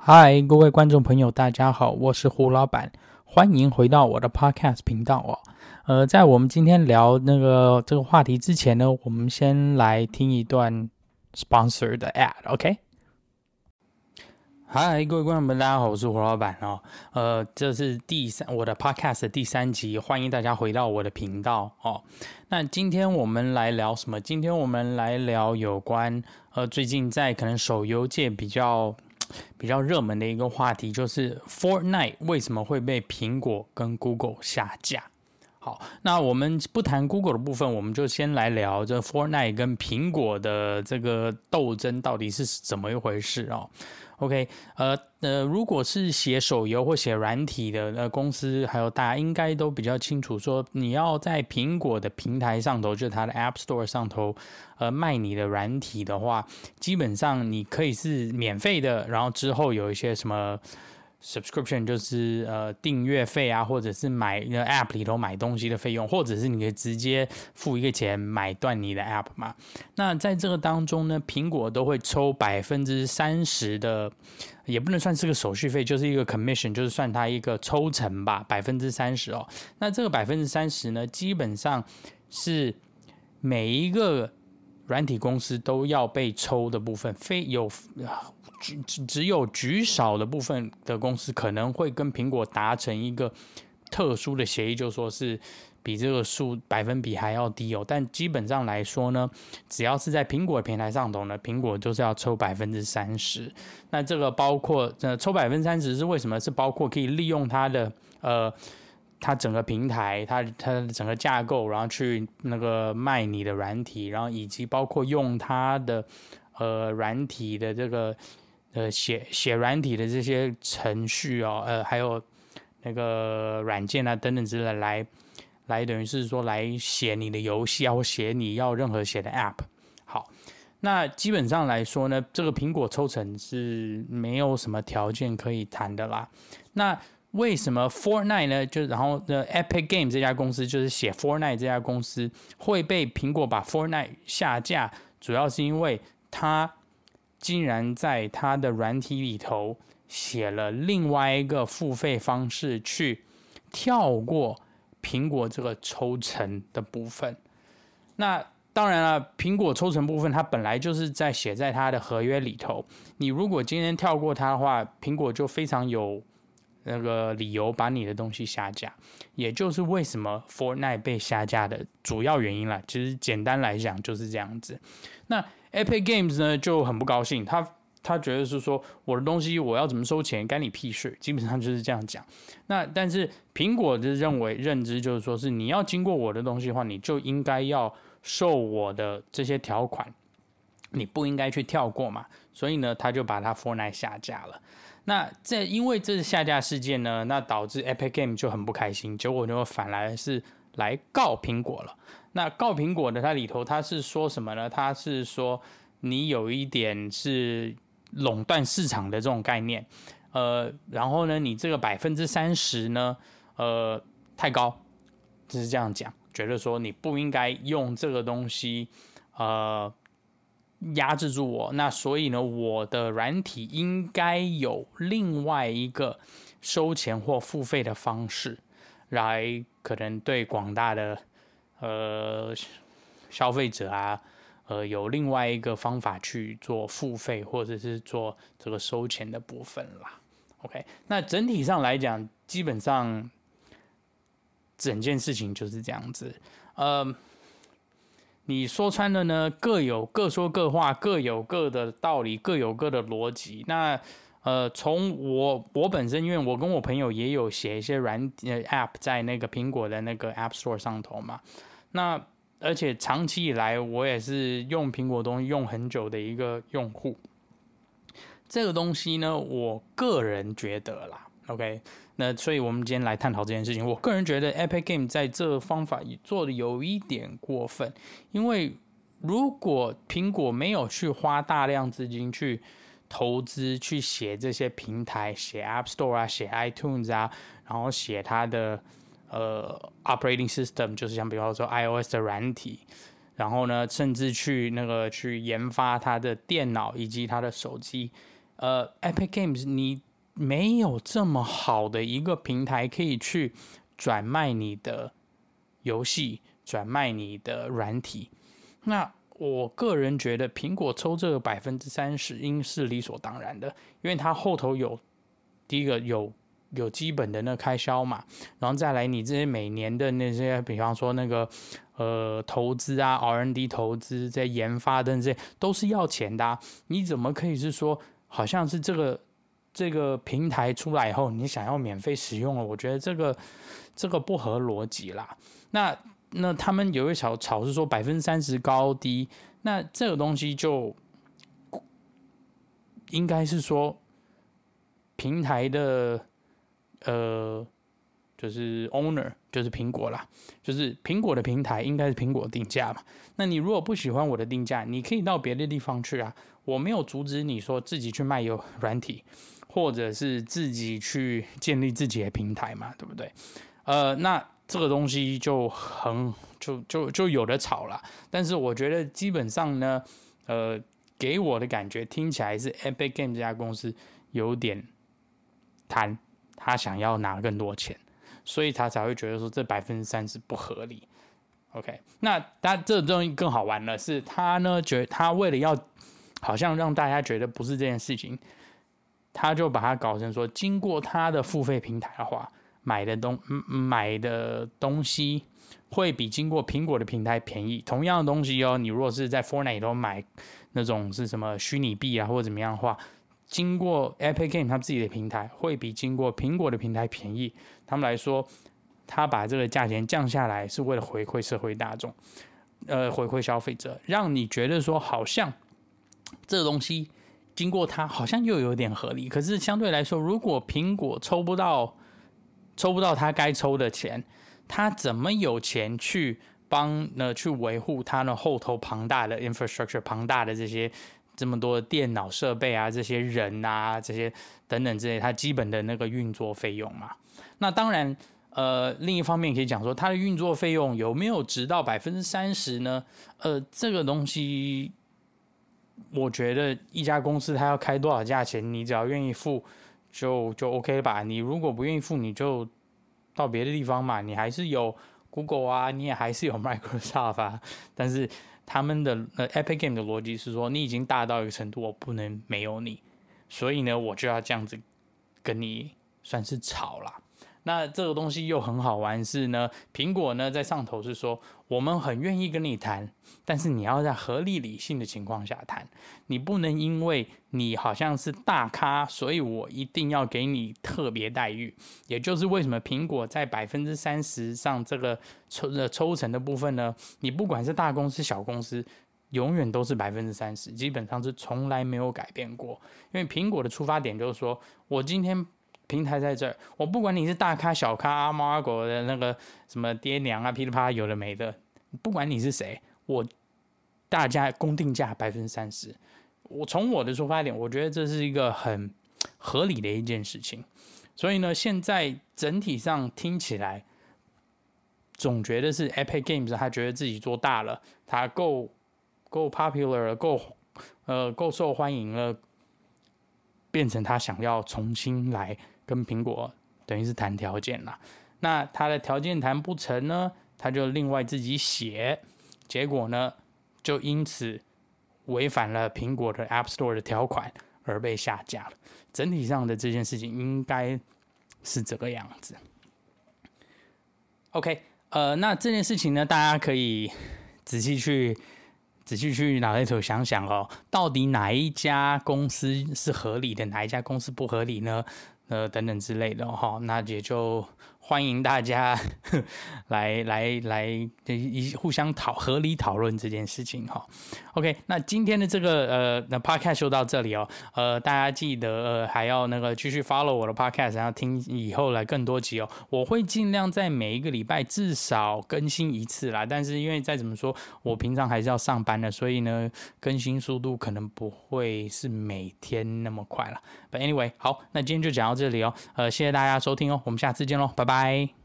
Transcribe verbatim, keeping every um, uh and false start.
嗨，各位观众朋友，大家好，我是胡老板，欢迎回到我的 Podcast 频道哦。呃，在我们今天聊那个这个话题之前呢，我们先来听一段 sponsor 的 ad，OK？、嗨，各位观众朋友，大家好，我是胡老板哦。呃，这是第三我的 Podcast 的第三集，欢迎大家回到我的频道哦。那今天我们来聊什么？今天我们来聊有关呃最近在可能手游界比较。比较热门的一个话题就是 Fortnite 为什么会被苹果跟 Google 下架。好，那我们不谈 Google 的部分，我们就先来聊这 Fortnite 跟苹果的这个斗争到底是怎么一回事哦。OK， 呃呃，如果是写手游或写软体的呃公司，还有大家应该都比较清楚，说你要在苹果的平台上头，就是它的 App Store 上头，呃，卖你的软体的话，基本上你可以是免费的，然后之后有一些什么 subscription， 就是呃订阅费啊，或者是买 App 里头买东西的费用，或者是你可以直接付一个钱买断你的 App 嘛。那在这个当中呢，苹果都会抽百分之三十的，也不能算是个手续费，就是一个 commission， 就是算它一个抽成吧，百分之三十哦。那这个百分之三十呢，基本上是每一个软体公司都要被抽的部分，非有只有极少的部分的公司可能会跟苹果达成一个特殊的协议，就说是比这个数百分比还要低哦。但基本上来说呢，只要是在苹果的平台上头呢，苹果就是要抽百分之三十。那这个包括呃抽百分之三十是为什么？是包括可以利用它的呃。它整个平台，它它的整个架构，然后去那个卖你的软体，然后以及包括用它的呃软体的这个呃写写软体的这些程序哦，呃还有那个软件啊等等之类的来来等于是说来写你的游戏啊，或写你要任何写的 App。好，那基本上来说呢，这个苹果抽成是没有什么条件可以谈的啦。那为什么 Fortnite 呢？就然后呢 Epic Games 这家公司，就是写 Fortnite 这家公司会被苹果把 Fortnite 下架，主要是因为它竟然在它的软体里头写了另外一个付费方式，去跳过苹果这个抽成的部分。那当然了，苹果抽成部分它本来就是在写在它的合约里头，你如果今天跳过它的话，苹果就非常有那个理由把你的东西下架，也就是为什么 Fortnite 被下架的主要原因啦。其实简单来讲就是这样子。那 Epic Games 呢就很不高兴，他他觉得是说我的东西我要怎么收钱，干你屁事，基本上就是这样讲。那但是苹果的认为认知就是说是你要经过我的东西的话，你就应该要受我的这些条款，你不应该去跳过嘛。所以呢，他就把他 Fortnite 下架了。那这因为这是下架事件呢，那导致 Epic Games 就很不开心，结果就反来是来告苹果了。那告苹果的它里头它是说什么呢？它是说你有一点是垄断市场的这种概念，呃，然后呢，你这个百分之三十呢，呃，太高，就是这样讲，觉得说你不应该用这个东西，呃。压制住我，那所以呢，我的软体应该有另外一个收钱或付费的方式，来可能对广大的呃消费者啊，呃有另外一个方法去做付费或者是做这个收钱的部分啦。OK， 那整体上来讲，基本上整件事情就是这样子，呃。你说穿了呢，各有各说各话，各有各的道理，各有各的逻辑。那呃，从我我本身，因为我跟我朋友也有写一些软呃 App 在那个苹果的那个 App Store 上头嘛。那而且长期以来，我也是用苹果东西用很久的一个用户。这个东西呢，我个人觉得啦 ，OK。那所以我们今天来探讨这件事情。我个人觉得 Epic Games 在这方法做的有一点过分，因为如果苹果没有去花大量资金去投资去写这些平台，写 App Store 啊，写 iTunes 啊，然后写它的呃 Operating System， 就是像比方说 iOS 的软体，然后呢，甚至去那个去研发它的电脑以及它的手机。 呃 Epic Games 你没有这么好的一个平台可以去转卖你的游戏，转卖你的软体。那我个人觉得苹果抽这个百分之三十应是理所当然的，因为它后头有第一个有有基本的那开销嘛，然后再来你这些每年的那些，比方说那个呃投资啊 ，R and D 投资在研发等这些都是要钱的、啊。你怎么可以是说好像是这个这个平台出来以后，你想要免费使用了？我觉得这个这个不合逻辑啦。那那他们有一吵吵是说百分之三十高低，那这个东西就应该是说平台的呃就是 owner 就是苹果啦，就是苹果的平台应该是苹果定价嘛。那你如果不喜欢我的定价，你可以到别的地方去啊，我没有阻止你说自己去卖有软体，或者是自己去建立自己的平台嘛，对不对？呃，那这个东西就很就就就有的吵了，但是我觉得基本上呢，呃，给我的感觉听起来是 Epic Games 这家公司有点贪，他想要拿更多钱，所以他才会觉得说这百分之三十不合理。OK， 那他这东西更好玩了，是他呢觉得他为了要好像让大家觉得不是这件事情，他就把它搞成说，经过他的付费平台的话。买的东买的东西会比经过苹果的平台便宜，同样的东西哦，你如果是在 Fortnite 都买那种是什么虚拟币啊或者怎么样的话，经过 Epic Games 他们自己的平台会比经过苹果的平台便宜。他们来说，他把这个价钱降下来是为了回馈社会大众，呃，回馈消费者，让你觉得说好像这个东西经过它好像又有点合理。可是相对来说，如果苹果抽不到抽不到他该抽的钱，他怎么有钱去帮呢？去维护他的后头庞大的 infrastructure， 庞大的这些这么多的电脑设备啊，这些人啊，这些等等之类，他基本的那个运作费用嘛。那当然，呃，另一方面可以讲说，它的运作费用有没有值到百分之三十呢？呃，这个东西，我觉得一家公司它要开多少价钱，你只要愿意付。就就 OK 吧，你如果不愿意付，你就到别的地方嘛。你还是有 Google 啊，你也还是有 Microsoft 啊。但是他们的呃 Epic Games 的逻辑是说，你已经大到一个程度，我不能没有你，所以呢，我就要这样子跟你算是吵啦。那这个东西又很好玩是呢，苹果呢在上头是说，我们很愿意跟你谈，但是你要在合理理性的情况下谈，你不能因为你好像是大咖，所以我一定要给你特别待遇。也就是为什么苹果在百分之三十上这个抽的抽成的部分呢，你不管是大公司小公司，永远都是百分之三十，基本上是从来没有改变过。因为苹果的出发点就是说，我今天平台在这儿，我不管你是大咖小咖阿猫阿狗的那个什么爹娘啊噼里啪啦有的没的，不管你是谁，我大家公定价百分之三十。我从我的出发点，我觉得这是一个很合理的一件事情。所以呢，现在整体上听起来，总觉得是 Epic Games 他觉得自己做大了，他够够 popular 了，够呃够受欢迎了，变成他想要重新来跟苹果等于是谈条件啦。那他的条件谈不成呢，他就另外自己写，结果呢就因此违反了苹果的 App Store 的条款而被下架了。整体上的这件事情应该是这个样子。OK， 呃，那这件事情呢，大家可以仔细去仔细去脑袋里想想哦，到底哪一家公司是合理的，哪一家公司不合理呢？呃，等等之类的哈、哦，那也就欢迎大家来来来一互相讨合理讨论这件事情哈、哦。OK， 那今天的这个呃那 podcast 就到这里哦。呃，大家记得呃还要那个继续 follow 我的 podcast， 然后听以后来更多集哦。我会尽量在每一个礼拜至少更新一次啦，但是因为再怎么说，我平常还是要上班的，所以呢更新速度可能不会是每天那么快啦。But anyway， 好，那今天就讲到这里哦。呃，谢谢大家收听哦，我们下次见喽，拜拜。